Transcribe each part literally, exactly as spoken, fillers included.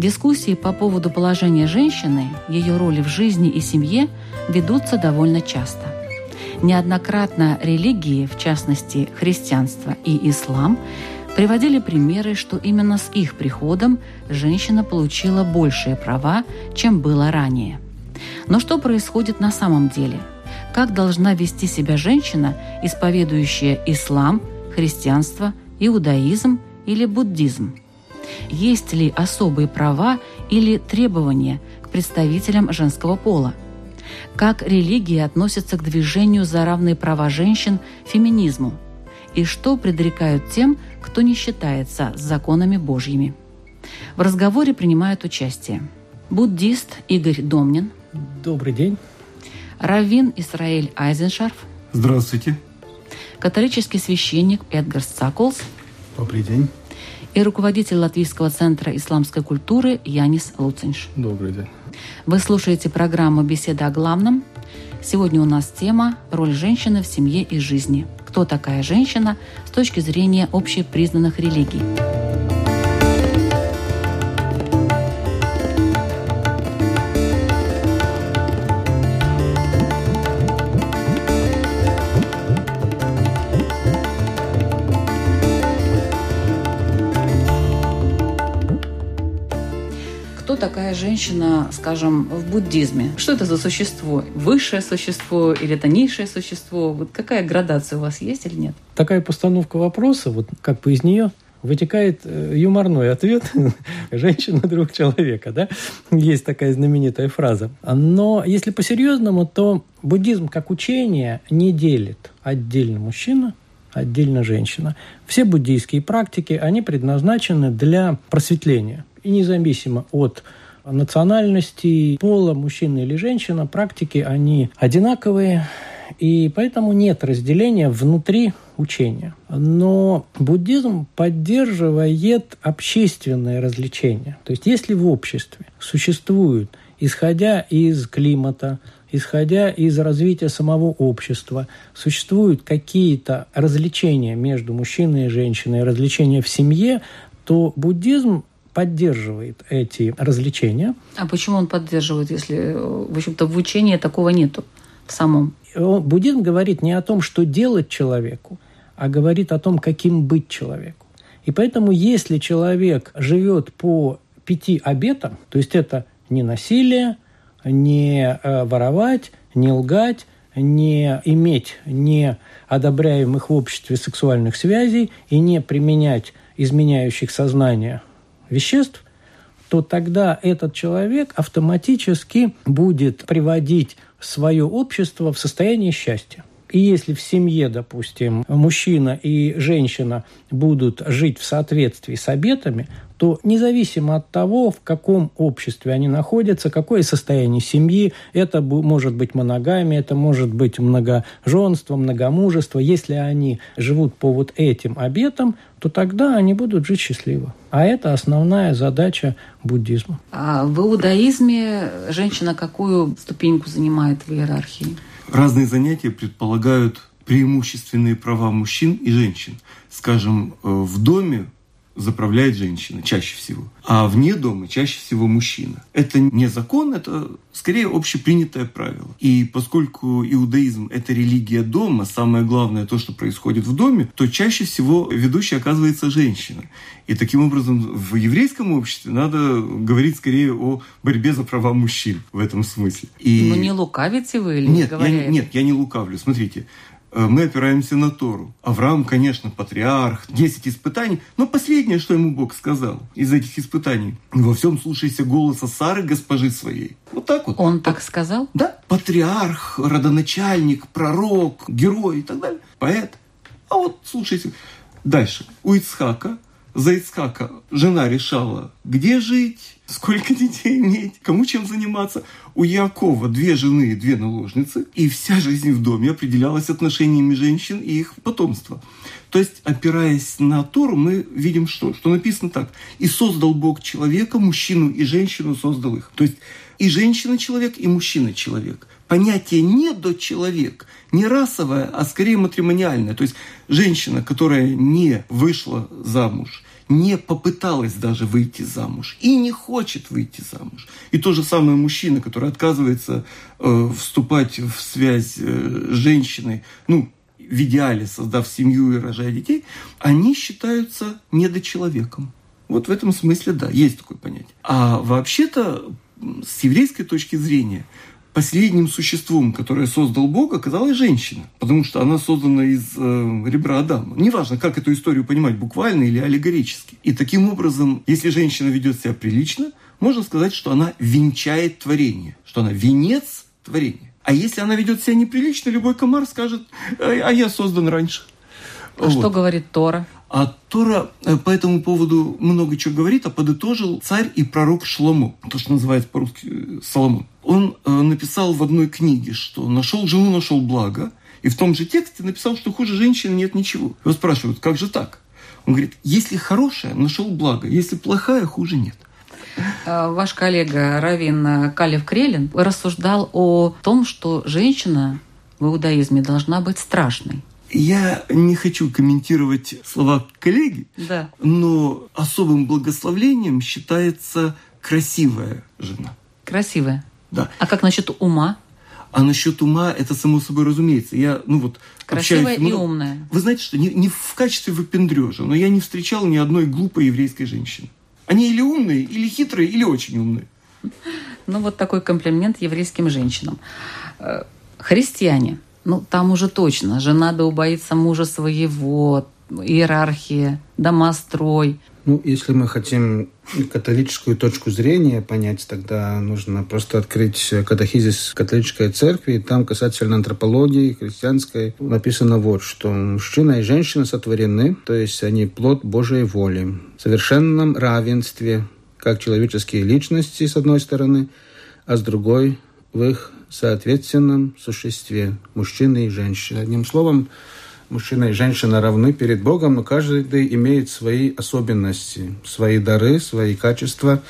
Дискуссии по поводу положения женщины, ее роли в жизни и семье ведутся довольно часто. Неоднократно религии, в частности христианство и ислам, приводили примеры, что именно с их приходом женщина получила большие права, чем было ранее. Но что происходит на самом деле? Как должна вести себя женщина, исповедующая ислам, христианство, иудаизм или буддизм? Есть ли особые права или требования к представителям женского пола? Как религия относится к движению за равные права женщин, феминизму? И что предрекают тем, кто не считается с законами Божьими? В разговоре принимают участие буддист Игорь Домнин. Добрый день. Раввин Исраэль Айзеншарф. Здравствуйте. Католический священник Эдгар Цаколс. Добрый день. И руководитель Латвийского центра исламской культуры Янис Луцинш. Добрый день. Вы слушаете программу «Беседа о главном». Сегодня у нас тема «Роль женщины в семье и жизни». Кто такая женщина с точки зрения общепризнанных религий? Кто такая женщина, скажем, в буддизме? Что это за существо? Высшее существо или это низшее существо? Вот какая градация у вас есть или нет? Такая постановка вопроса, вот как бы из нее вытекает юморной ответ «женщина – друг человека». Да? Есть такая знаменитая фраза. Но если по-серьезному, то буддизм как учение не делит отдельно мужчина, отдельно женщина. Все буддийские практики, они предназначены для просветления. И независимо от национальности, пола, мужчина или женщина, практики, они одинаковые, и поэтому нет разделения внутри учения. Но буддизм поддерживает общественное развлечение. То есть если в обществе существуют, исходя из климата, исходя из развития самого общества, существуют какие-то развлечения между мужчиной и женщиной, развлечения в семье, то буддизм поддерживает эти развлечения. А почему он поддерживает, если, в общем-то, в учении такого нету в самом? Буддизм говорит не о том, что делать человеку, а говорит о том, каким быть человеку. И поэтому, если человек живет по пяти обетам, то есть это не насилие, не воровать, не лгать, не иметь неодобряемых в обществе сексуальных связей и не применять изменяющих сознание веществ, то тогда этот человек автоматически будет приводить свое общество в состояние счастья. И если в семье, допустим, мужчина и женщина будут жить в соответствии с обетами, то независимо от того, в каком обществе они находятся, какое состояние семьи, это может быть моногамия, это может быть многоженство, многомужество. Если они живут по вот этим обетам, то тогда они будут жить счастливо. А это основная задача буддизма. А в иудаизме женщина какую ступеньку занимает в иерархии? Разные занятия предполагают преимущественные права мужчин и женщин. Скажем, в доме заправляет женщина чаще всего, а вне дома чаще всего мужчина. Это не закон, это скорее общепринятое правило. И поскольку иудаизм – это религия дома, самое главное то, что происходит в доме, то чаще всего ведущей оказывается женщина. И таким образом в еврейском обществе надо говорить скорее о борьбе за права мужчин в этом смысле. И... Ну не лукавите вы или нет, говоря... я, нет, я не лукавлю. Смотрите, мы опираемся на Тору. Авраам, конечно, патриарх, десять испытаний. Но последнее, что ему Бог сказал из этих испытаний: «Во всем слушайся голоса Сары, госпожи своей». Вот так вот. Он так сказал? Да. Патриарх, родоначальник, пророк, герой и так далее. Поэт. А вот слушайте. Дальше. У Ицхака, за Ицхака жена решала, где жить, сколько детей иметь, кому чем заниматься. У Якова две жены и две наложницы, и вся жизнь в доме определялась отношениями женщин и их потомства. То есть, опираясь на Тору, мы видим что? Что написано так: «И создал Бог человека, мужчину и женщину создал их». То есть, и женщина человек, и мужчина человек. понятие недочеловек не расовое, а скорее матримониальное. То есть женщина, которая не вышла замуж, не попыталась даже выйти замуж и не хочет выйти замуж. И то же самое мужчина, который отказывается э, вступать в связь э, с женщиной, ну, в идеале создав семью и рожая детей, они считаются недочеловеком. Вот в этом смысле, да, есть такое понятие. А вообще-то, с еврейской точки зрения, последним существом, которое создал Бог, оказалась женщина, потому что она создана из э, ребра Адама. Неважно, как эту историю понимать, буквально или аллегорически. И таким образом, если женщина ведет себя прилично, можно сказать, что она венчает творение, что она венец творения. А если она ведет себя неприлично, любой комар скажет: а я создан раньше. А вот. Что говорит Тора? А Тора по этому поводу много чего говорит, а подытожил царь и пророк Шломо, то, что называется по-русски Соломон. Он написал в одной книге, что нашел жену, нашел благо, и в том же тексте написал, что хуже женщины нет ничего. Его спрашивают: как же так? Он говорит: если хорошая, нашел благо, если плохая, хуже нет. Ваш коллега раввин Калев Крелин рассуждал о том, что женщина в иудаизме должна быть страшной. Я не хочу комментировать слова коллеги, да. но особым благословлением считается красивая жена. Красивая? Да. А как насчет ума? А насчет ума это само собой разумеется. Я, ну вот, красивая общаюсь, и умная. Вы знаете что, не, не в качестве выпендрежа, но я не встречал ни одной глупой еврейской женщины. Они или умные, или хитрые, или очень умные. Ну вот такой комплимент еврейским женщинам. Христиане. Ну, там уже точно. Жена да убоится мужа своего, иерархия, домострой. Ну, если мы хотим католическую точку зрения понять, тогда нужно просто открыть катехизис католической церкви. Там касательно антропологии христианской написано вот, что мужчина и женщина сотворены, то есть они плод Божьей воли, в совершенном равенстве, как человеческие личности, с одной стороны, а с другой в их соответственном существе мужчины и женщины. Одним словом, мужчина и женщина равны перед Богом, но каждый имеет свои особенности, свои дары, свои качества,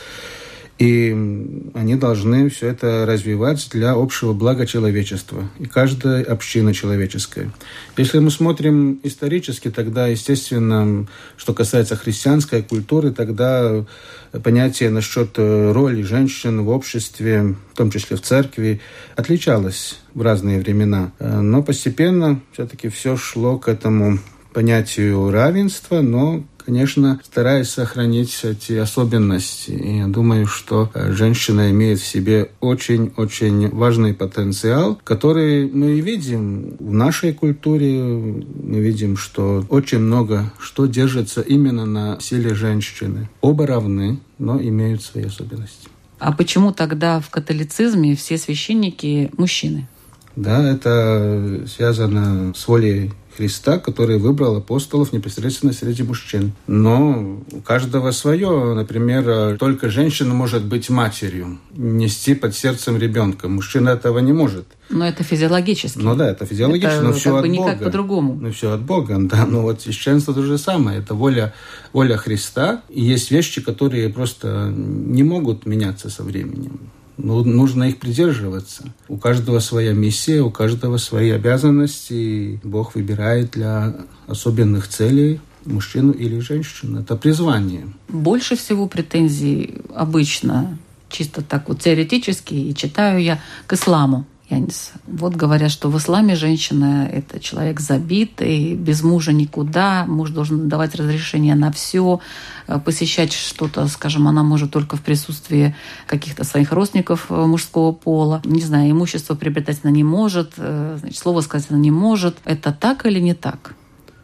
и они должны все это развивать для общего блага человечества и каждой общины человеческой. Если мы смотрим исторически, тогда, естественно, что касается христианской культуры, тогда понятие насчет роли женщин в обществе, в том числе в церкви, отличалось в разные времена. Но постепенно все-таки все шло к этому понятию равенства, но, конечно, стараясь сохранить эти особенности. И я думаю, что женщина имеет в себе очень-очень важный потенциал, который мы и видим в нашей культуре. Мы видим, что очень много что держится именно на силе женщины. Оба равны, но имеют свои особенности. А почему тогда в католицизме все священники мужчины? Да, это связано с волей Христа, который выбрал апостолов непосредственно среди мужчин. Но у каждого свое. Например, только женщина может быть матерью, нести под сердцем ребенка. Мужчина этого не может. Но это физиологически. Ну да, это физиологично, это, но все как от бы Бога. Никак по-другому. Ну все от Бога, да. Но вот священство то же самое. Это воля, воля Христа. И есть вещи, которые просто не могут меняться со временем. Но нужно их придерживаться. У каждого своя миссия, у каждого свои обязанности. Бог выбирает для особенных целей мужчину или женщину. Это призвание. Больше всего претензий обычно, чисто так вот теоретически, и читаю я, к исламу. Янис. Вот говорят, что в исламе женщина – это человек забитый, без мужа никуда, муж должен давать разрешение на все, посещать что-то, скажем, она может только в присутствии каких-то своих родственников мужского пола. Не знаю, имущество приобретать она не может, значит, слово сказать она не может. Это так или не так?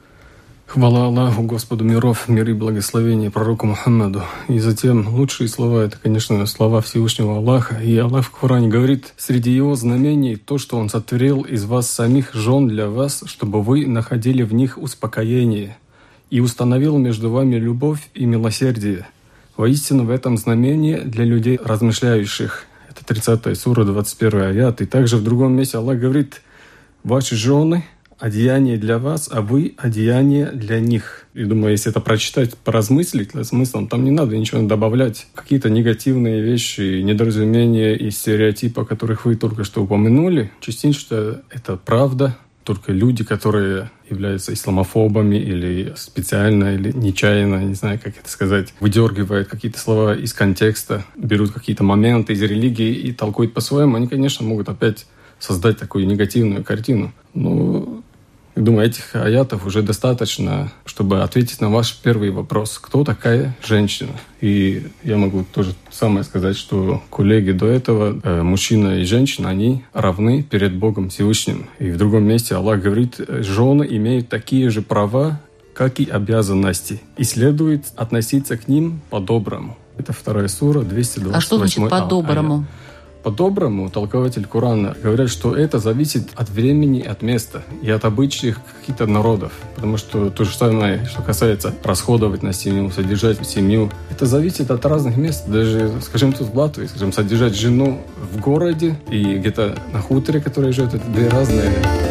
Хвала Аллаху, Господу миров, мир и благословение пророку Мухаммаду. И затем лучшие слова — это, конечно, слова Всевышнего Аллаха. И Аллах в Коране говорит: среди его знамений то, что Он сотворил из вас самих жен для вас, чтобы вы находили в них успокоение, и установил между вами любовь и милосердие. Воистину в этом знамение для людей размышляющих. Это тридцатая сура, двадцать первый аят. И также в другом месте Аллах говорит: ваши жены одеяние для вас, а вы одеяние для них. И думаю, если это прочитать, поразмыслить над смыслом, там не надо ничего добавлять. Какие-то негативные вещи, недоразумения и стереотипы, о которых вы только что упомянули, частично это правда. Только люди, которые являются исламофобами или специально, или нечаянно, не знаю, как это сказать, выдергивают какие-то слова из контекста, берут какие-то моменты из религии и толкуют по-своему, они, конечно, могут опять создать такую негативную картину. Но, я думаю, этих аятов уже достаточно, чтобы ответить на ваш первый вопрос. Кто такая женщина? И я могу тоже самое сказать, что коллеги до этого, э, мужчина и женщина, они равны перед Богом Всевышним. И в другом месте Аллах говорит, жены имеют такие же права, как и обязанности. И следует относиться к ним по-доброму. Это вторая сура, двести двадцать восьмой. А что значит по-доброму? Аят. По-доброму толкователь Корана говорят, что это зависит от времени, от места и от обычаев каких-то народов. Потому что то же самое, что касается расходовать на семью, содержать семью, это зависит от разных мест. Даже, скажем, тут в Латвии, скажем, содержать жену в городе и где-то на хуторе, который живет, это две разные.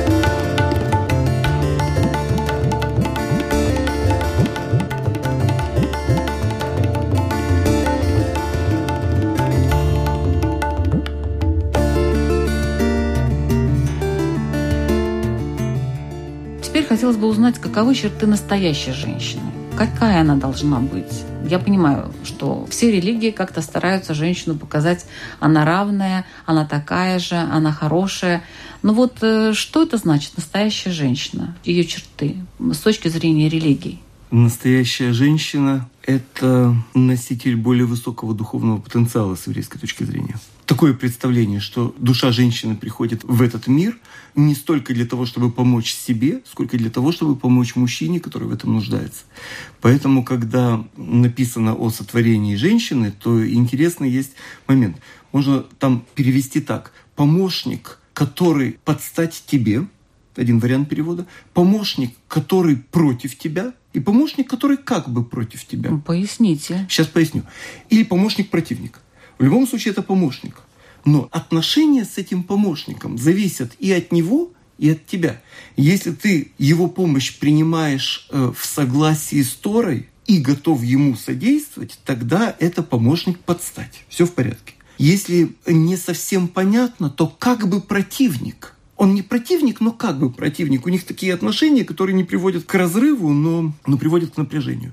Хотелось бы узнать, каковы черты настоящей женщины. Какая она должна быть? Я понимаю, что все религии как-то стараются женщину показать, она равная, она такая же, она хорошая. Но вот что это значит, настоящая женщина, ее черты с точки зрения религии? Настоящая женщина — это носитель более высокого духовного потенциала с еврейской точки зрения. Такое представление, что душа женщины приходит в этот мир не столько для того, чтобы помочь себе, сколько для того, чтобы помочь мужчине, который в этом нуждается. Поэтому, когда написано о сотворении женщины, то интересный есть момент. Можно там перевести так. Помощник, который под стать тебе, один вариант перевода, помощник, который против тебя, и помощник, который как бы против тебя. Поясните. Сейчас поясню. Или помощник-противник. В любом случае это помощник. Но отношения с этим помощником зависят и от него, и от тебя. Если ты его помощь принимаешь э, в согласии с Торой и готов ему содействовать, тогда это помощник под стать. Все в порядке. Если не совсем понятно, то как бы противник. Он не противник, но как бы противник. У них такие отношения, которые не приводят к разрыву, но, но приводят к напряжению.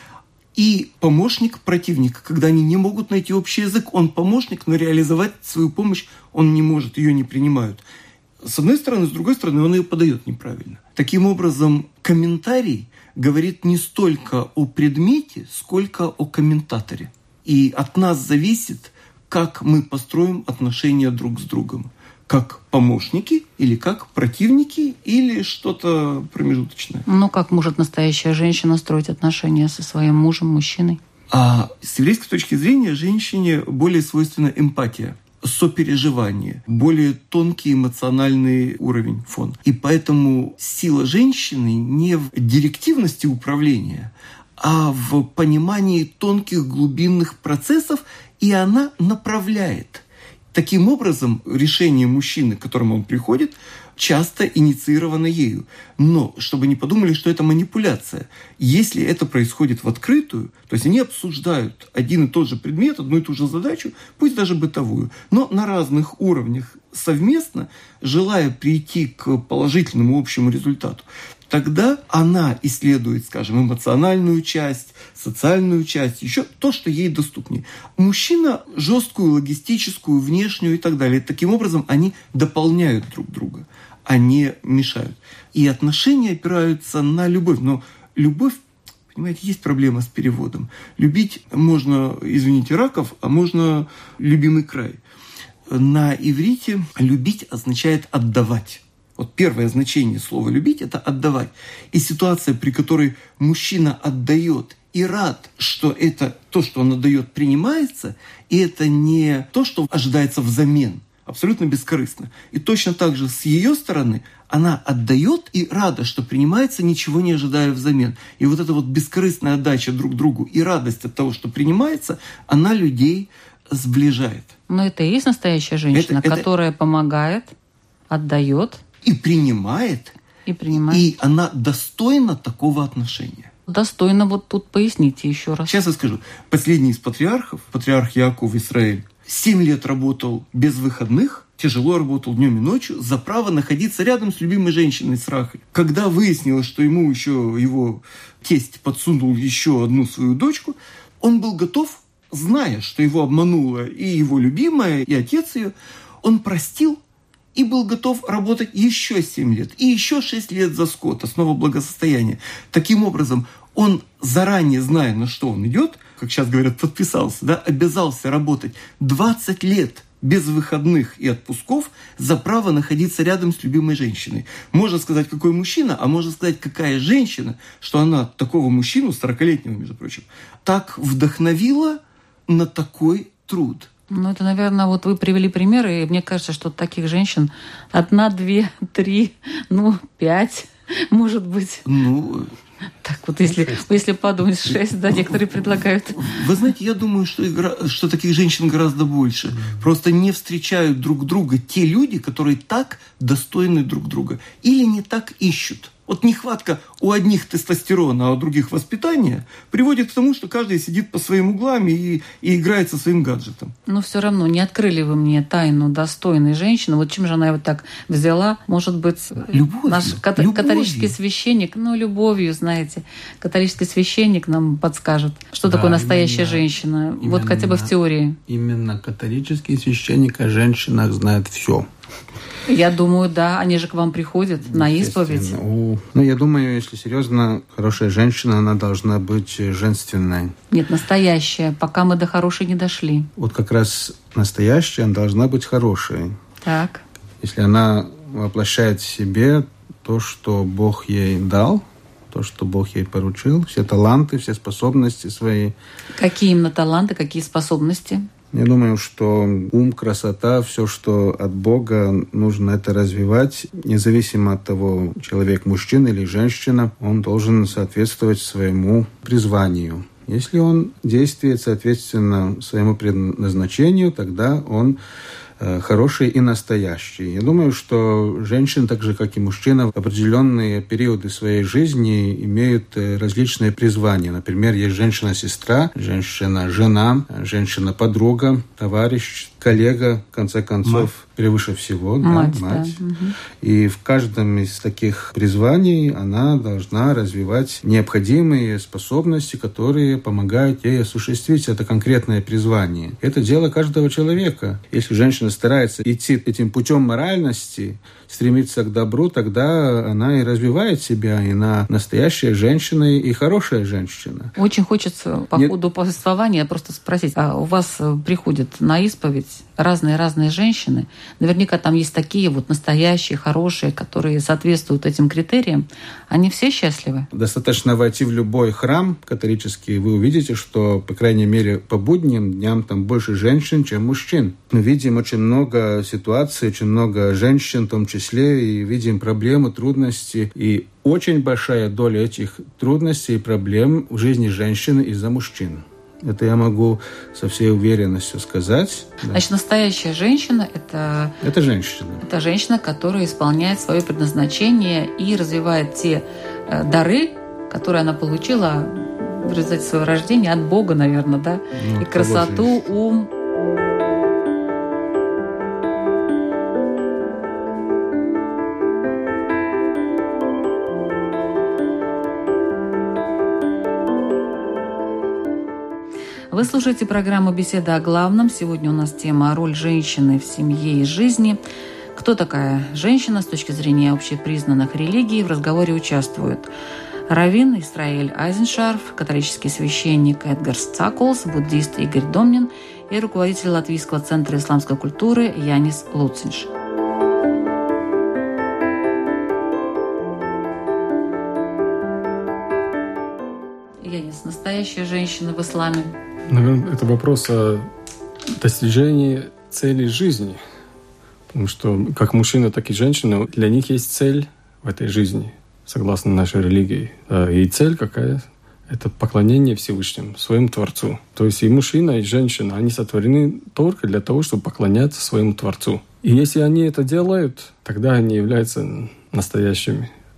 И помощник-противник, когда они не могут найти общий язык, он помощник, но реализовать свою помощь он не может, ее не принимают. С одной стороны, с другой стороны, он ее подает неправильно. Таким образом, комментарий говорит не столько о предмете, сколько о комментаторе. И от нас зависит, как мы построим отношения друг с другом. Как помощники, или как противники, или что-то промежуточное. Ну, как может настоящая женщина строить отношения со своим мужем, мужчиной? А с еврейской точки зрения женщине более свойственна эмпатия, сопереживание, более тонкий эмоциональный уровень, фон. И поэтому сила женщины не в директивности управления, а в понимании тонких глубинных процессов, и она направляет. Таким образом, решение мужчины, к которому он приходит, часто инициировано ею. Но, чтобы не подумали, что это манипуляция. Если это происходит в открытую, то есть они обсуждают один и тот же предмет, одну и ту же задачу, пусть даже бытовую, но на разных уровнях совместно, желая прийти к положительному общему результату, тогда она исследует, скажем, эмоциональную часть, социальную часть, еще то, что ей доступнее. Мужчина – жесткую, логистическую, внешнюю и так далее. Таким образом, они дополняют друг друга, а не мешают. И отношения опираются на любовь. Но любовь, понимаете, есть проблема с переводом. Любить можно, извините, раков, а можно любимый край. На иврите любить означает отдавать. Вот первое значение слова «любить» — это «отдавать». И ситуация, при которой мужчина отдает и рад, что это то, что он отдает, принимается, и это не то, что ожидается взамен, абсолютно бескорыстно. И точно так же с ее стороны она отдает и рада, что принимается, ничего не ожидая взамен. И вот эта вот бескорыстная отдача друг другу и радость от того, что принимается, она людей сближает. Но это и есть настоящая женщина, это, это... которая помогает, отдает. И принимает, И принимает. И она достойна такого отношения. Достойно, вот тут поясните еще раз. Сейчас я скажу. Последний из патриархов, патриарх Яков Исраэль, семь лет работал без выходных, тяжело работал днем и ночью за право находиться рядом с любимой женщиной, с Рахой. Когда выяснилось, что ему еще его тесть подсунул еще одну свою дочку, он был готов, зная, что его обманула и его любимая, и отец ее, он простил и был готов работать еще семь лет, и еще шесть лет за скот, основа благосостояния. Таким образом, он, заранее зная, на что он идет, как сейчас говорят, подписался, да, обязался работать двадцать лет без выходных и отпусков за право находиться рядом с любимой женщиной. Можно сказать, какой мужчина, а можно сказать, какая женщина, что она такого мужчину, сорокалетнего, между прочим, так вдохновила на такой труд. Ну, это, наверное, вот вы привели примеры, и мне кажется, что таких женщин одна, две, три, ну, пять, может быть. Ну... Так вот, если, если подумать, шесть, да, некоторые предлагают. Вы знаете, я думаю, что, игра, что таких женщин гораздо больше. Просто не встречают друг друга те люди, которые так достойны друг друга. Или не так ищут. Вот нехватка у одних тестостерона, а у других воспитания приводит к тому, что каждый сидит по своим углам и, и играет со своим гаджетом. Но все равно не открыли вы мне тайну достойной женщины. Вот чем же она его так взяла? Может быть, любовью, наш кат- любовью. католический священник, ну, любовью, знаете, католический священник нам подскажет, что да, такое настоящая именно, женщина. Именно, вот хотя бы в теории. Именно католический священник о женщинах знает все. Я думаю, да, они же к вам приходят на исповедь. Ну, я думаю, если серьезно, хорошая женщина, она должна быть женственной. Нет, настоящая, пока мы до хорошей не дошли. Вот как раз настоящая, она должна быть хорошей. Так. Если она воплощает в себе то, что Бог ей дал, то, что Бог ей поручил, все таланты, все способности свои. Какие именно таланты, какие способности? Я думаю, что ум, красота, все, что от Бога, нужно это развивать. Независимо от того, человек мужчина или женщина, он должен соответствовать своему призванию. Если он действует соответственно своему предназначению, тогда он хороший и настоящий. Я думаю, что женщины, так же как и мужчины, в определенные периоды своей жизни имеют различные призвания. Например, есть женщина-сестра, женщина-жена, женщина-подруга, товарищ, коллега, в конце концов, мать. Превыше всего, мать. Да, мать. Да. Угу. И в каждом из таких призваний она должна развивать необходимые способности, которые помогают ей осуществить это конкретное призвание. Это дело каждого человека. Если женщина старается идти этим путем моральности, стремиться к добру, тогда она и развивает себя, и она настоящая женщина, и хорошая женщина. Очень хочется по Нет. ходу повествования просто спросить, а у вас приходят на исповедь разные-разные женщины, наверняка там есть такие вот настоящие, хорошие, которые соответствуют этим критериям, они все счастливы? Достаточно войти в любой храм католический, вы увидите, что, по крайней мере, по будним дням там больше женщин, чем мужчин. Мы видим очень много ситуаций, очень много женщин в том числе, и видим проблемы, трудности. И очень большая доля этих трудностей и проблем в жизни женщины из-за мужчин. Это я могу со всей уверенностью сказать. Значит, да. Настоящая женщина – это… Это женщина. Это женщина, которая исполняет свое предназначение и развивает те э, дары, которые она получила в результате своего рождения от Бога, наверное, да? Ну, и красоту, ум. Вы слушаете программу «Беседа о главном». Сегодня у нас тема «Роль женщины в семье и жизни». Кто такая женщина с точки зрения общепризнанных религий? В разговоре участвуют раввин Исраэль Айзеншарф, католический священник Эдгар Сцакулс, буддист Игорь Домнин и руководитель Латвийского центра исламской культуры Янис Луцинш. Янис, настоящая женщина в исламе? Наверное, это вопрос о достижении цели жизни. Потому что как мужчина, так и женщина, для них есть цель в этой жизни, согласно нашей религии. И цель какая? Это поклонение Всевышнему, своему Творцу. То есть и мужчина, и женщина, они сотворены только для того, чтобы поклоняться своему Творцу. И если они это делают, тогда они являются настоящими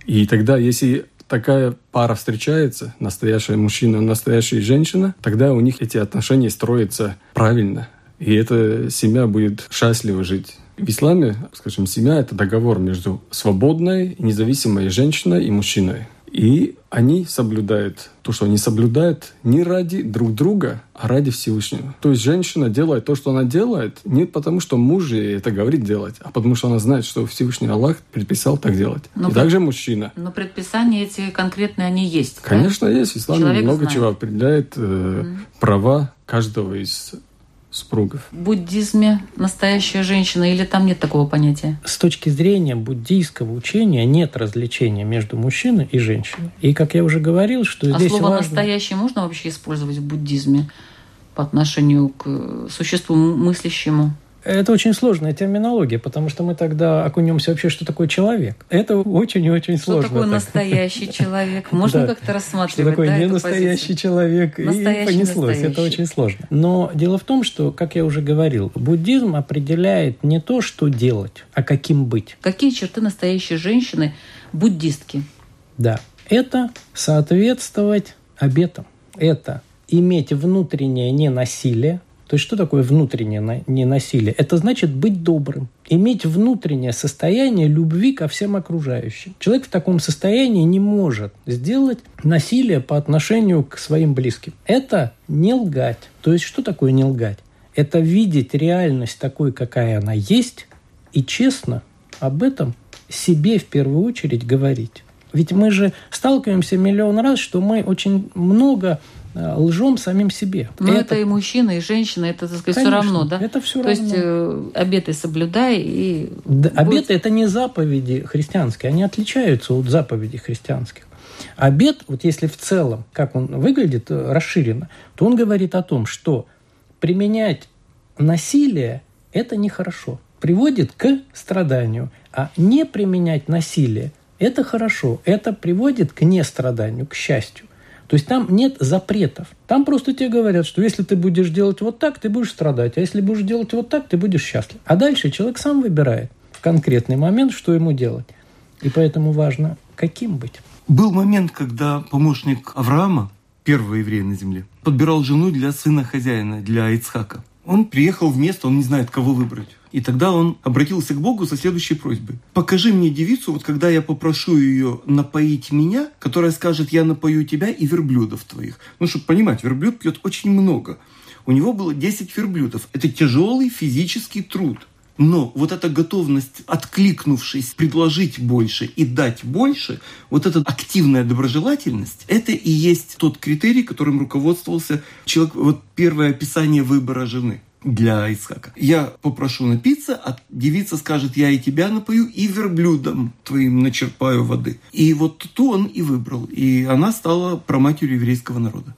И тогда, если такая пара встречается, настоящая мужчина, настоящая женщина, тогда у них эти отношения строятся правильно. И эта семья будет счастливо жить. В исламе, скажем, семья – это договор между свободной, независимой женщиной и мужчиной. И они соблюдают то, что они соблюдают не ради друг друга, а ради Всевышнего. То есть женщина делает то, что она делает, не потому, что муж ей это говорит делать, а потому, что она знает, что Всевышний Аллах предписал так делать. Но и пред... также мужчина. Но предписания эти конкретные, они есть. Конечно, да? есть. В исламе Человек много знает. Чего определяет э, mm. права каждого из супругов. В буддизме настоящая женщина или там нет такого понятия? С точки зрения буддийского учения нет различения между мужчиной и женщиной. И, как я уже говорил, что а здесь слово важно... «настоящий» можно вообще использовать в буддизме по отношению к существу мыслящему? Это очень сложная терминология, потому что мы тогда окунемся вообще, что такое человек. Это очень и очень что сложно. Что такое так. настоящий человек? Можно да. как-то рассматривать? Что такое да, не настоящий человек? Настоящий, и понеслось. Настоящий. Это очень сложно. Но дело в том, что, как я уже говорил, буддизм определяет не то, что делать, а каким быть. Какие черты настоящей женщины буддистки? Да. Это соответствовать обетам. Это иметь внутреннее ненасилие. То есть что такое внутреннее ненасилие? Это значит быть добрым, иметь внутреннее состояние любви ко всем окружающим. Человек в таком состоянии не может сделать насилие по отношению к своим близким. Это не лгать. То есть что такое не лгать? Это видеть реальность такой, какая она есть, и честно об этом себе в первую очередь говорить. Ведь мы же сталкиваемся миллион раз, что мы очень много лжем самим себе. Но это... это и мужчина, и женщина, это, так сказать, Конечно, все равно, да? Это все То равно. есть э, обеты соблюдай и... Да, будет... Обеты – это не заповеди христианские, они отличаются от заповедей христианских. Обет, вот если в целом, как он выглядит расширенно, то он говорит о том, что применять насилие – это нехорошо, приводит к страданию, а не применять насилие – это хорошо, это приводит к нестраданию, к счастью. То есть там нет запретов. Там просто тебе говорят, что если ты будешь делать вот так, ты будешь страдать. А если будешь делать вот так, ты будешь счастлив. А дальше человек сам выбирает в конкретный момент, что ему делать. И поэтому важно, каким быть. Был момент, когда помощник Авраама, первого еврея на земле, подбирал жену для сына хозяина, для Ицхака. Он приехал в место, он не знает, кого выбрать. И тогда он обратился к Богу со следующей просьбой. «Покажи мне девицу, вот когда я попрошу ее напоить меня, которая скажет, я напою тебя и верблюдов твоих». Ну, чтобы понимать, верблюд пьет очень много. У него было десять верблюдов. Это тяжелый физический труд. Но вот эта готовность, откликнувшись, предложить больше и дать больше, вот эта активная доброжелательность, это и есть тот критерий, которым руководствовался человек. Вот первое описание выбора жены для Ицхака. Я попрошу напиться, а девица скажет, я и тебя напою, и верблюдом твоим начерпаю воды. И вот ту он и выбрал. И она стала праматерью еврейского народа.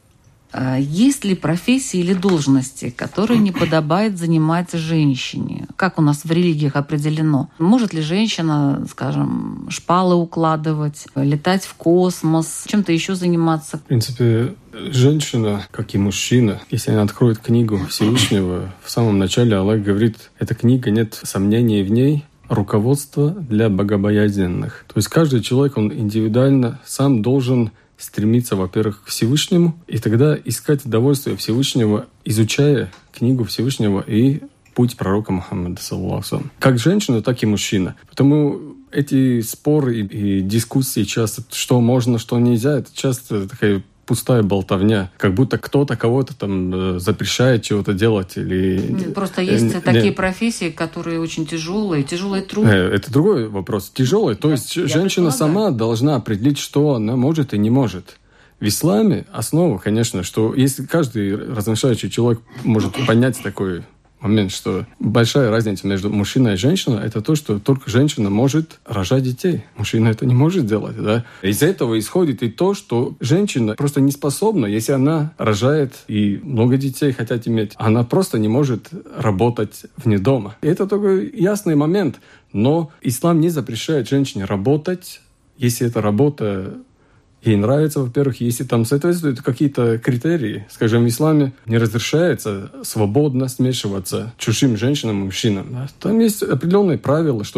Есть ли профессии или должности, которые не подобает занимать женщине? Как у нас в религиях определено? Может ли женщина, скажем, шпалы укладывать, летать в космос, чем-то еще заниматься? В принципе, женщина, как и мужчина, если она откроет книгу Всевышнего, в самом начале Аллах говорит, эта книга, нет сомнений в ней, руководство для богобоязненных. То есть каждый человек, он индивидуально сам должен стремиться, во-первых, к Всевышнему, и тогда искать удовольствие Всевышнего, изучая книгу Всевышнего и путь пророка Мухаммада, саллаллаху. Как женщина, так и мужчина. Потому эти споры и, и дискуссии часто, что можно, что нельзя, это часто такая пустая болтовня, как будто кто-то кого-то там запрещает чего-то делать. Или... Просто есть э, такие профессии, которые очень тяжелые, тяжелый труд. Это другой вопрос. Тяжелый. То есть Я женщина сама должна определить, что она может и не может. В исламе основа, конечно, что если каждый размышляющий человек может понять такой момент, что большая разница между мужчиной и женщиной, это то, что только женщина может рожать детей. Мужчина это не может делать. Да? Из этого исходит и то, что женщина просто не способна, если она рожает и много детей хотят иметь, она просто не может работать вне дома. И это только ясный момент. Но ислам не запрещает женщине работать, если эта работа ей нравится, во-первых, если там соответствуют какие-то критерии. Скажем, в исламе не разрешается свободно смешиваться чужим женщинам и мужчинам. Да? Там есть определенные правила, чтобы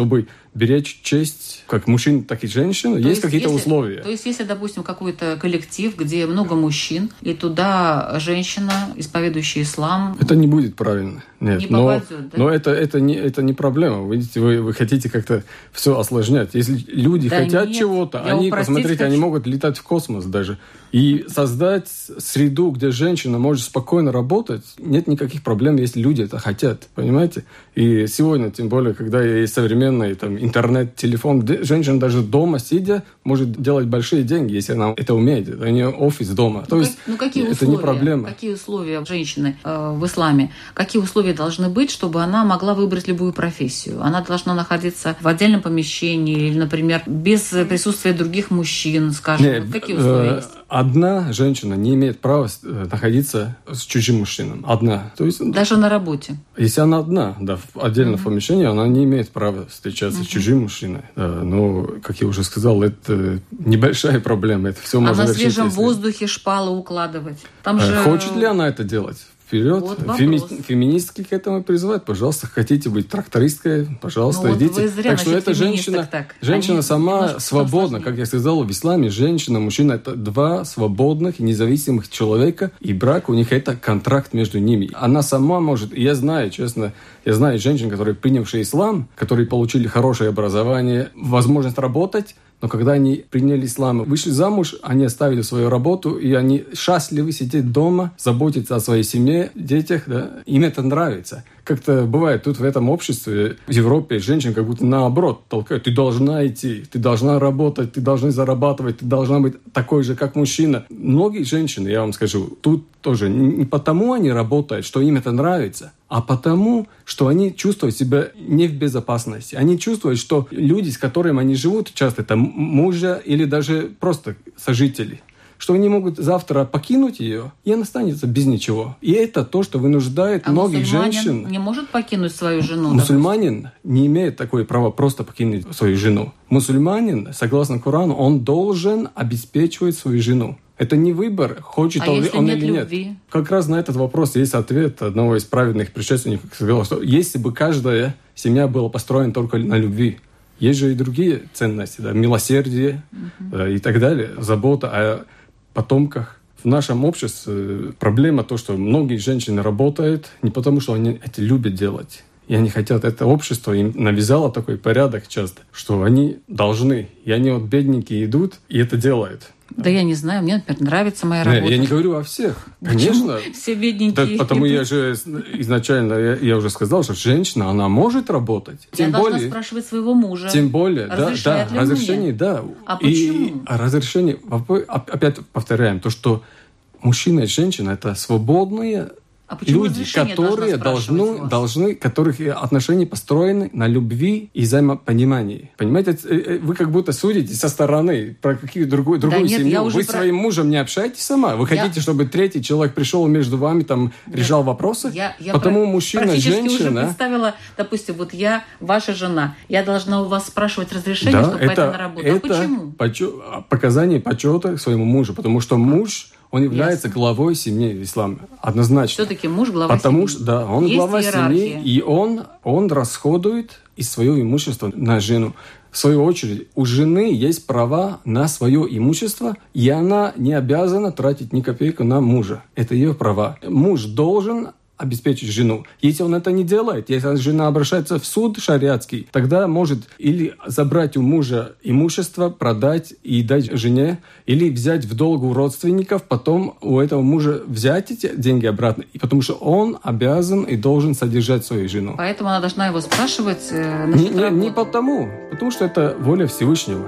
беречь честь как мужчин, так и женщин. Есть, есть какие-то если, условия. То есть, если, допустим, какой-то коллектив, где много мужчин, и туда женщина, исповедующая ислам... Это не будет правильно. Нет. Не но, попадет, да? Но это, это, не, это не проблема. Видите, вы, вы хотите как-то все осложнять. Если люди да хотят нет, чего-то, они, посмотрите, хочу. Они могут летать в космос даже. И создать среду, где женщина может спокойно работать, нет никаких проблем, если люди это хотят. Понимаете? И сегодня, тем более, когда есть современный там, интернет, телефон, женщина даже дома сидя может делать большие деньги, если она это умеет. У нее офис дома. Ну, То как, есть ну, какие это условия, не проблема. Какие условия женщины э, в исламе? Какие условия должны быть, чтобы она могла выбрать любую профессию? Она должна находиться в отдельном помещении или, например, без присутствия других мужчин, скажем. Нет, вот какие условия э, есть? Одна женщина не имеет права находиться с чужим мужчиной. Одна. То есть, даже на работе? Если она одна, да, в отдельном mm-hmm. помещении, она не имеет права встречаться mm-hmm. с чужим мужчиной. Да, но, как я уже сказал, это небольшая проблема. Это все а можно на решить, свежем если... воздухе шпалы укладывать? Там же... Хочет ли она это делать? Вперед. Вот Феми... Феминистки к этому призывают. Пожалуйста, хотите быть трактористкой, пожалуйста, ну, идите. Вот так что эта женщина, так. женщина Они сама свободна. Как я сказал, в исламе женщина, мужчина – это два свободных, независимых человека. И брак у них – это контракт между ними. Она сама может, и я знаю, честно, я знаю женщин, которые принявшие ислам, которые получили хорошее образование, возможность работать, но когда они приняли ислам, вышли замуж, они оставили свою работу, и они счастливы сидеть дома, заботиться о своей семье, детях. Да? Им это нравится. Как-то бывает тут в этом обществе, в Европе, женщин как будто наоборот толкают. Ты должна идти, ты должна работать, ты должна зарабатывать, ты должна быть такой же, как мужчина. Многие женщины, я вам скажу, тут тоже не потому они работают, что им это нравится, а потому, что они чувствуют себя не в безопасности. Они чувствуют, что люди, с которыми они живут, часто это мужа или даже просто сожители, что они могут завтра покинуть ее, и она останется без ничего. И это то, что вынуждает а многих женщин... не может покинуть свою жену? Мусульманин допустим? Не имеет такое права просто покинуть свою жену. Мусульманин, согласно Корану, он должен обеспечивать свою жену. Это не выбор, хочет а он, если он нет или любви? нет. Как раз на этот вопрос есть ответ одного из праведных предшественников, который сказал, что если бы каждая семья была построена только на любви, есть же и другие ценности, да, милосердие uh-huh. да, и так далее, забота о потомках. В нашем обществе проблема то, что многие женщины работают не потому, что они это любят делать. И они хотят, это общество им навязало такой порядок часто, что они должны. И они вот бедненькие идут и это делают. Да я не знаю, мне, например, нравится моя работа. Не, я не говорю о всех. Конечно. Почему? Все бедненькие. Да, потому я же изначально, я, я уже сказал, что женщина, она может работать. Тем я более, должна спрашивать своего мужа. Тем более, да, да, разрешение, да. А почему? И разрешение, опять повторяем, то, что мужчина и женщина – это свободные А почему люди, которые должны, должны, которых отношения построены на любви и взаимопонимании. Понимаете, вы как будто судите со стороны про какую другую, другую да нет, семью. Вы про... своим мужем не общаетесь сама? Вы я... хотите, чтобы третий человек пришел между вами, там, нет. решал вопросы? Я, я Потому про... мужчина, практически женщина... уже представила, допустим, вот я ваша жена, я должна у вас спрашивать разрешение, да, чтобы это, пойти на работу. Это а почему? Почу... показание почета своему мужу, потому что муж... Он является Ясно. главой семьи в исламе. Однозначно. Все-таки муж глава Потому семьи. Что, да, он Есть глава иерархия. семьи, и он, он расходует из своего имущества на жену. В свою очередь, у жены есть права на свое имущество, и она не обязана тратить ни копейку на мужа. Это ее права. Муж должен обеспечить жену. Если он это не делает, если жена обращается в суд шариатский, тогда может или забрать у мужа имущество, продать и дать жене, или взять в долг у родственников, потом у этого мужа взять эти деньги обратно, и потому что он обязан и должен содержать свою жену. Поэтому она должна его спрашивать э, не, не, не потому, потому что это воля Всевышнего.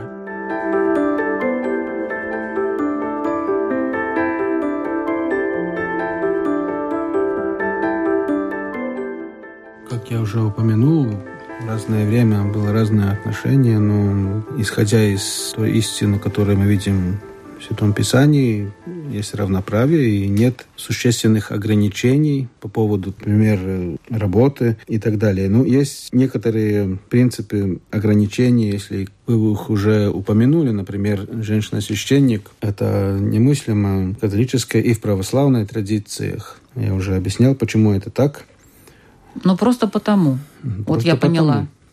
Как я уже упомянул, в разное время было разное отношение, но исходя из той истины, которую мы видим в Святом Писании, есть равноправие и нет существенных ограничений по поводу, например, работы и так далее. Но есть некоторые принципы ограничений, если вы их уже упомянули, например, женщина-священник. Это немыслимо в католической и в православной традициях. Я уже объяснял, почему это так. Ну, просто потому. Просто вот я потому. поняла.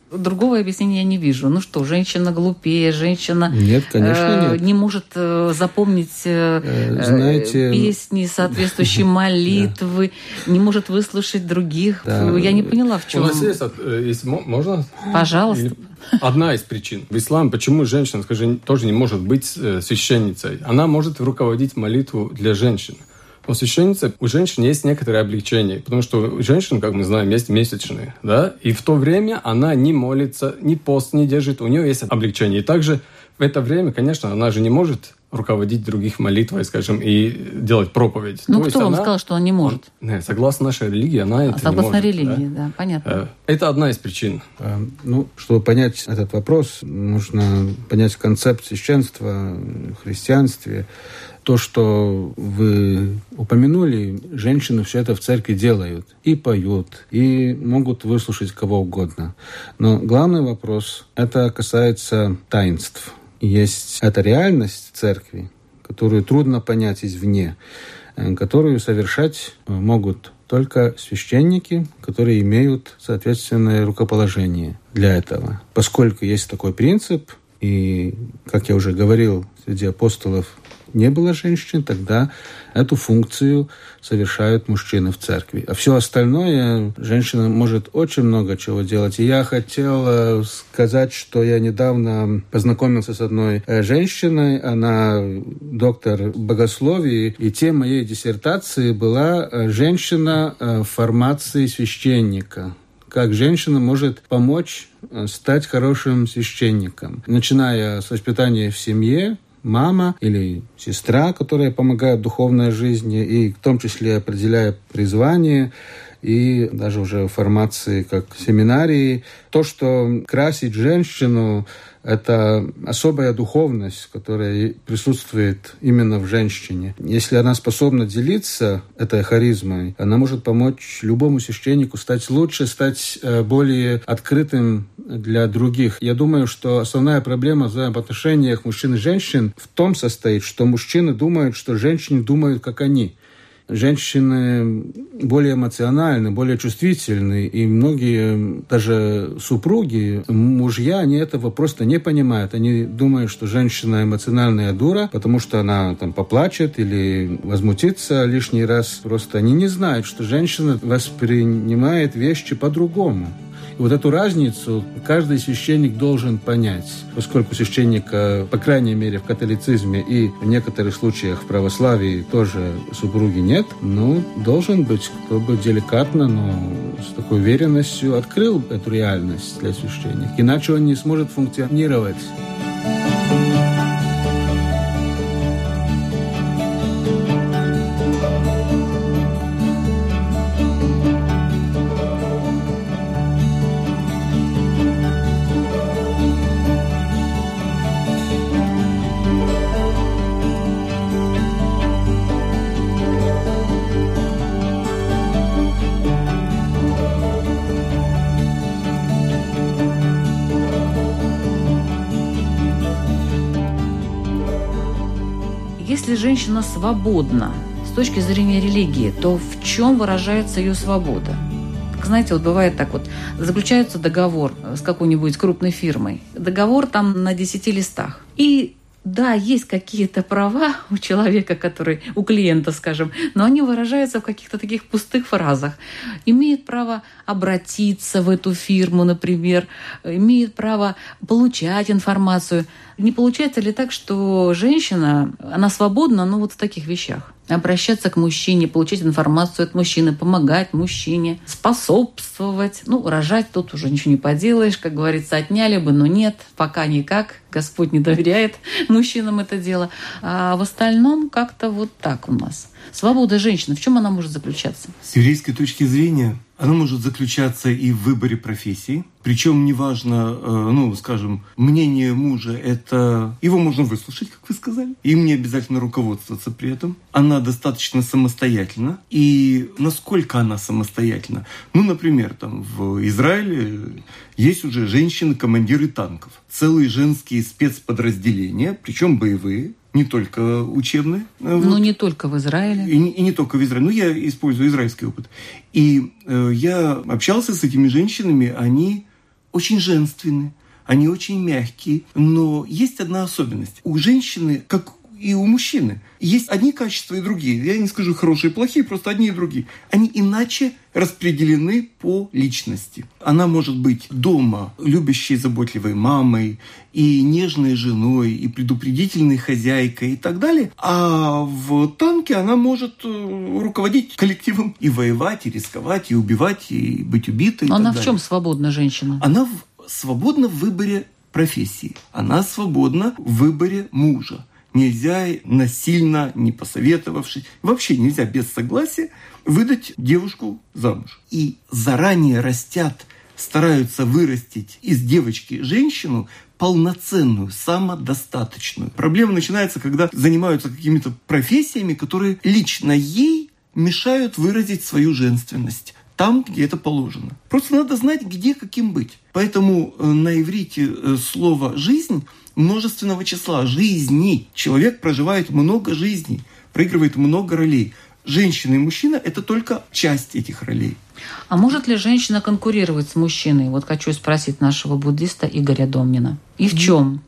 Другого объяснения я не вижу. Ну что, женщина глупее, женщина нет, конечно, э, нет. не может э, запомнить э, Знаете, песни, соответствующие молитвы, не может выслушать других. Да. Я не поняла, в чем. У нас есть, есть можно? Пожалуйста. Одна из причин. В исламе, почему женщина, скажи, тоже не может быть священницей? Она может руководить молитву для женщин. Но священница, у женщин есть некоторые облегчения, потому что у женщин, как мы знаем, есть месячные, да, и в то время она не молится, ни пост не держит, у нее есть облегчение. И также в это время, конечно, она же не может руководить других молитвой, скажем, и делать проповедь. Ну, то кто вам она, сказал, что он не может? Он, не, согласно нашей религии, она это согласно не может. религии, да? да, понятно. Это одна из причин. Ну, чтобы понять этот вопрос, нужно понять концепт священства в христианстве. То, что вы упомянули, женщины все это в церкви делают. И поют, и могут выслушать кого угодно. Но главный вопрос, это касается таинств. Есть эта реальность церкви, которую трудно понять извне, которую совершать могут только священники, которые имеют соответственное рукоположение для этого. Поскольку есть такой принцип, и, как я уже говорил, среди апостолов не было женщин, тогда эту функцию совершают мужчины в церкви. А все остальное женщина может очень много чего делать. И я хотел сказать, что я недавно познакомился с одной женщиной, она доктор богословия, и тема моей диссертации была «Женщина в формации священника». Как женщина может помочь стать хорошим священником. Начиная с воспитания в семье, мама или сестра, которая помогает в духовной жизни, и в том числе определяя призвание, и даже уже в формации как семинарии. То, что красит женщину, это особая духовность, которая присутствует именно в женщине. Если она способна делиться этой харизмой, она может помочь любому священнику стать лучше, стать более открытым для других. Я думаю, что основная проблема в взаимоотношениях мужчин и женщин в том состоит, что мужчины думают, что женщины думают, как они. Женщины более эмоциональны, более чувствительны, и многие, даже супруги, мужья, они этого просто не понимают. Они думают, что женщина эмоциональная дура, потому что она там поплачет или возмутится лишний раз. Просто они не знают, что женщина воспринимает вещи по-другому. И вот эту разницу каждый священник должен понять, поскольку священника, по крайней мере, в католицизме и в некоторых случаях в православии тоже супруги нет, ну, должен быть, кто бы деликатно, но с такой уверенностью открыл эту реальность для священника. Иначе он не сможет функционировать. Если женщина свободна с точки зрения религии, то в чем выражается ее свобода? Как знаете, вот бывает так вот, заключается договор с какой-нибудь крупной фирмой. Договор там на десяти листах. И да, есть какие-то права у человека, который, у клиента, скажем, но они выражаются в каких-то таких пустых фразах. Имеет право обратиться в эту фирму, например, имеет право получать информацию. Не получается ли так, что женщина, она свободна, но вот в таких вещах? Обращаться к мужчине, получать информацию от мужчины, помогать мужчине, способствовать. Ну, рожать тут уже ничего не поделаешь, как говорится, отняли бы, но нет, пока никак. Господь не доверяет мужчинам это дело. А в остальном как-то вот так у нас. Свобода женщины, в чем она может заключаться? С еврейской точки зрения, она может заключаться и в выборе профессии. Причем неважно, ну, скажем, мнение мужа, это его можно выслушать, как вы сказали. Им не обязательно руководствоваться при этом. Она достаточно самостоятельна. И насколько она самостоятельна? Ну, например, там в Израиле есть уже женщины-командиры танков. Целые женские спецподразделения, причем боевые. Не только учебные. Ну, вот. Не только в Израиле. И, и не только в Израиле. Ну, я использую израильский опыт. И э, я общался с этими женщинами, они очень женственны, они очень мягкие, но есть одна особенность. У женщины, как и у мужчины, есть одни качества и другие. Я не скажу хорошие и плохие, просто одни и другие. Они иначе распределены по личности. Она может быть дома любящей, заботливой мамой, и нежной женой, и предупредительной хозяйкой и так далее. А в танке она может руководить коллективом и воевать, и рисковать, и убивать, и быть убитой. Но и она так в чем далее. свободна, женщина? Она в, свободна в выборе профессии. Она свободна в выборе мужа. Нельзя насильно, не посоветовавшись, вообще нельзя без согласия выдать девушку замуж. И заранее растят, стараются вырастить из девочки женщину полноценную, самодостаточную. Проблема начинается, когда занимаются какими-то профессиями, которые лично ей мешают выразить свою женственность там, где это положено. Просто надо знать, где каким быть. Поэтому на иврите слово «жизнь» множественного числа. Жизни. Человек проживает много жизней, проигрывает много ролей. Женщина и мужчина – это только часть этих ролей. А может ли женщина конкурировать с мужчиной? Вот хочу спросить нашего буддиста Игоря Домнина. И в чем?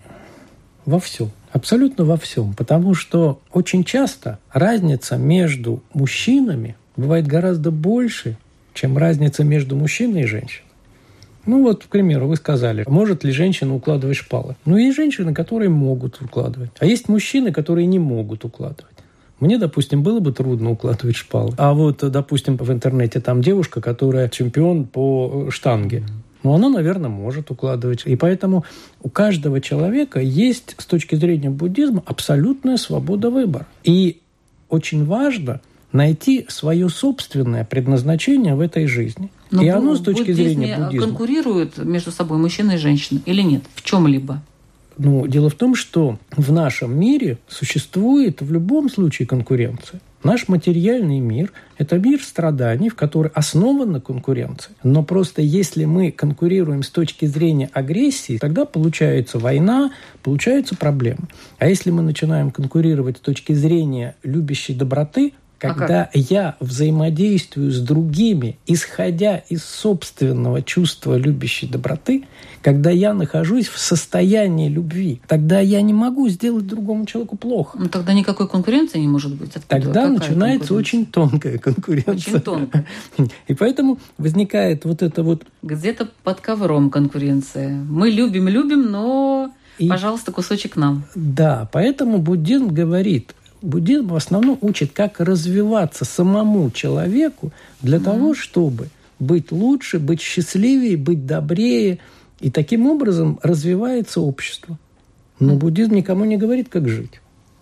Во всем. Абсолютно во всем. Потому что очень часто разница между мужчинами бывает гораздо больше, чем разница между мужчиной и женщиной. Ну вот, к примеру, вы сказали, может ли женщина укладывать шпалы? Ну, есть женщины, которые могут укладывать. А есть мужчины, которые не могут укладывать. Мне, допустим, было бы трудно укладывать шпалы. А вот, допустим, в интернете там девушка, которая чемпион по штанге. Ну, она, наверное, может укладывать. И поэтому у каждого человека есть, с точки зрения буддизма, абсолютная свобода выбора. И очень важно найти свое собственное предназначение в этой жизни. Но и оно с точки зрения буддизма конкурируют между собой мужчина и женщина или нет? В чем-либо? Ну, дело в том, что в нашем мире существует в любом случае конкуренция. Наш материальный мир – это мир страданий, в который основана конкуренция. Но просто если мы конкурируем с точки зрения агрессии, тогда получается война, получаются проблемы. А если мы начинаем конкурировать с точки зрения любящей доброты, когда а я взаимодействую с другими, исходя из собственного чувства любящей доброты, когда я нахожусь в состоянии любви, тогда я не могу сделать другому человеку плохо. Ну, тогда никакой конкуренции не может быть. Откуда? Тогда Какая начинается очень тонкая конкуренция. Очень тонкая. И поэтому возникает вот это вот... Где-то под ковром конкуренция. Мы любим-любим, но, И... пожалуйста, кусочек нам. Да, поэтому буддизм говорит... Буддизм в основном учит, как развиваться самому человеку для mm-hmm. того, чтобы быть лучше, быть счастливее, быть добрее. И таким образом развивается общество. Но mm-hmm. буддизм никому не говорит, как жить.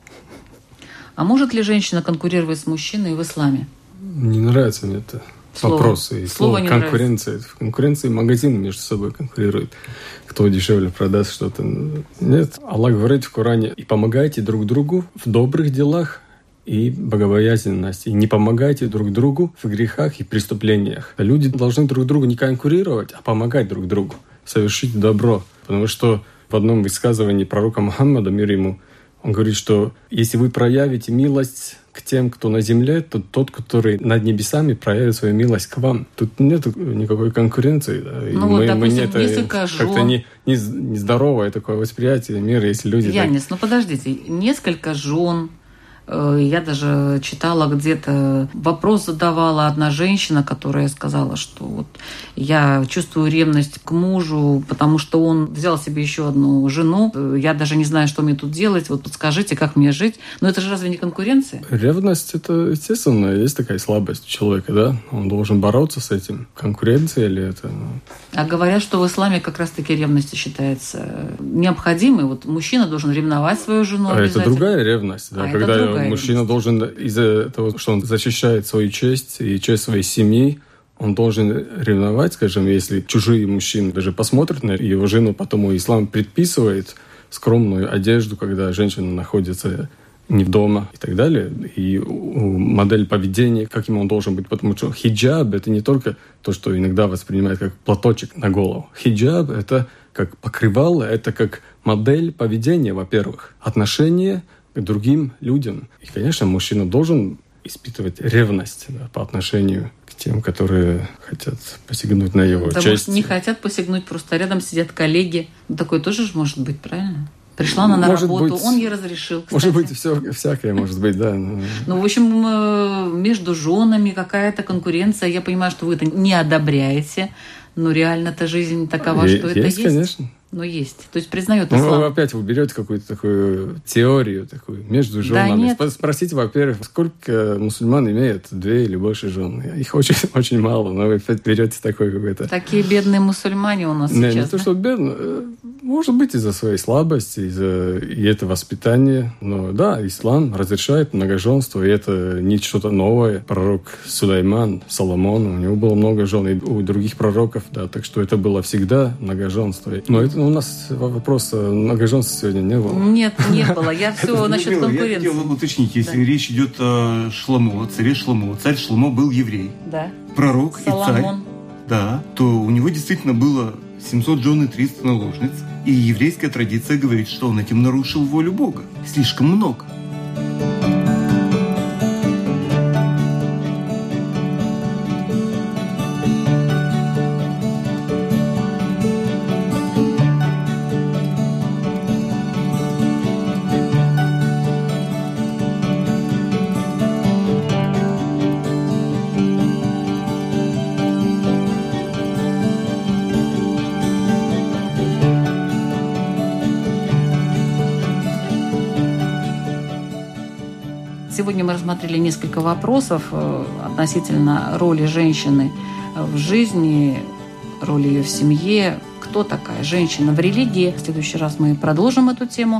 А может ли женщина конкурировать с мужчиной в исламе? Не нравится мне это. Слово. Вопросы. И слово, слово конкуренция. В конкуренции магазины между собой конкурируют. Кто дешевле продаст что-то. Нет. Аллах говорит в Коране: и помогайте друг другу в добрых делах и богобоязненности. И не помогайте друг другу в грехах и преступлениях. Люди должны друг другу не конкурировать, а помогать друг другу. Совершить добро. Потому что в одном высказывании пророка Мухаммада, мир ему, он говорит, что если вы проявите милость к тем, кто на земле, то тот, который над небесами, проявит свою милость к вам. Тут нет никакой конкуренции. Да. И ну мы, вот, допустим, это несколько жен. Как-то не, не, нездоровое такое восприятие мира, если люди... Янис, так... ну подождите, несколько жен. Я даже читала где-то, вопрос задавала одна женщина, которая сказала, что вот я чувствую ревность к мужу, потому что он взял себе еще одну жену. Я даже не знаю, что мне тут делать. Вот подскажите, как мне жить. Но это же разве не конкуренция? Ревность – это, естественно, есть такая слабость у человека, да? Он должен бороться с этим. Конкуренция ли это? А говорят, что в исламе как раз-таки ревность считается необходимой. Вот мужчина должен ревновать свою жену а обязательно. Это другая ревность, да? А Когда мужчина ревность. должен из-за того, что он защищает свою честь и честь своей семьи, он должен ревновать, скажем, если чужие мужчины даже посмотрят на его жену, потом ислам предписывает скромную одежду, когда женщина находится не дома и так далее. И модель поведения, каким он должен быть. Потому что хиджаб — это не только то, что иногда воспринимают как платочек на голову. Хиджаб — это как покрывало, это как модель поведения, во-первых. Отношение к другим людям. И, конечно, мужчина должен испытывать ревность, да, по отношению к тем, которые хотят посягнуть на его да, честь. Может, не хотят посягнуть, просто рядом сидят коллеги. Ну, такое тоже же может быть, правильно? Пришла она на может работу, быть, он ей разрешил, кстати. Может быть, все, всякое может быть, да. Ну, в общем, между женами какая-то конкуренция. Я понимаю, что вы это не одобряете, но реально-то жизнь такова, Е- что есть, это есть. конечно. Ну, есть. То есть признает Ну, ислам. опять вы берете какую-то такую теорию такую между женами. Да, Спросите, во-первых, сколько мусульман имеют две или больше жен? Их очень, очень мало, но вы опять берете такой какой-то... Такие бедные мусульмане у нас не, сейчас. Не то, да? что бедные. Может быть, из-за своей слабости, из-за и это воспитание. Но да, ислам разрешает многоженство, и это не что-то новое. Пророк Сулейман, Соломон, у него было много жен, и у других пророков, да, так что это было всегда многоженство. Но это у нас вопрос многоженства сегодня не было. Нет, не было. Я все насчет конкуренции. Я хотел уточнить, если речь идет о Шломо, о царе Шломо. Царь Шломо был еврей. Да. Пророк Соломон. и царь. Да, то у него действительно было семьсот жен и триста наложниц. И еврейская традиция говорит, что он этим нарушил волю Бога. Слишком много. Сегодня мы рассмотрели несколько вопросов относительно роли женщины в жизни, роли ее в семье, кто такая женщина в религии. В следующий раз мы продолжим эту тему.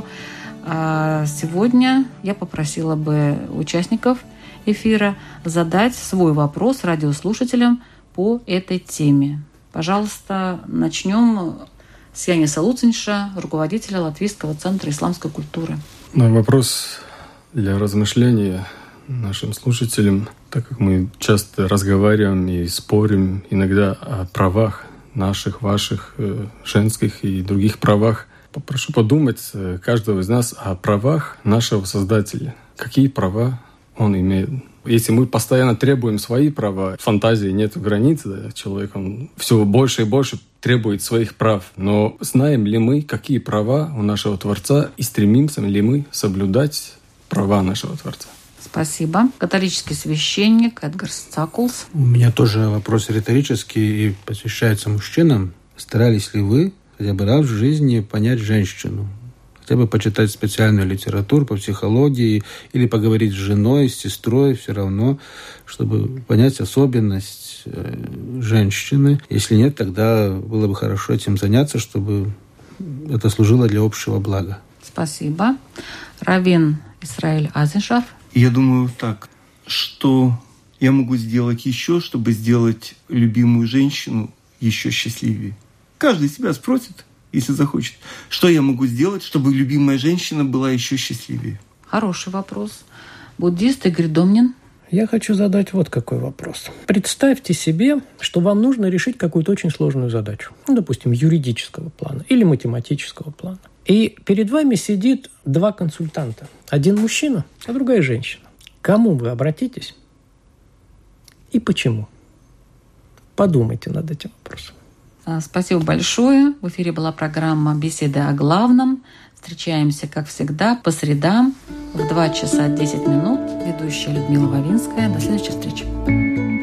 А сегодня я попросила бы участников эфира задать свой вопрос радиослушателям по этой теме. Пожалуйста, начнем с Яниса Луцинша, руководителя Латвийского центра исламской культуры. На вопрос для размышления нашим слушателям, так как мы часто разговариваем и спорим иногда о правах наших, ваших, женских и других правах, попрошу подумать каждого из нас о правах нашего Создателя. Какие права он имеет? Если мы постоянно требуем свои права, фантазии нет границ, да, человек он все больше и больше требует своих прав. Но знаем ли мы, какие права у нашего Творца, и стремимся ли мы соблюдать права нашего Творца? Спасибо. Католический священник Эдгар Цакулс. У меня тоже вопрос риторический и посвящается мужчинам. Старались ли вы хотя бы раз в жизни понять женщину? Хотя бы почитать специальную литературу по психологии или поговорить с женой, с сестрой, все равно, чтобы понять особенность женщины. Если нет, тогда было бы хорошо этим заняться, чтобы это служило для общего блага. Спасибо. Раввин Исраэль Азишев. Я думаю так, что я могу сделать еще, чтобы сделать любимую женщину еще счастливее. Каждый себя спросит, если захочет, что я могу сделать, чтобы любимая женщина была еще счастливее. Хороший вопрос. Буддист Игорь Домнин. Я хочу задать вот какой вопрос. Представьте себе, что вам нужно решить какую-то очень сложную задачу. Ну, допустим, юридического плана или математического плана. И перед вами сидит два консультанта. Один мужчина, а другая женщина. К кому вы обратитесь и почему? Подумайте над этим вопросом. Спасибо большое. В эфире была программа «Беседы о главном». Встречаемся, как всегда, по средам в два часа десять минут. Ведущая Людмила Вавинская. До следующей встречи.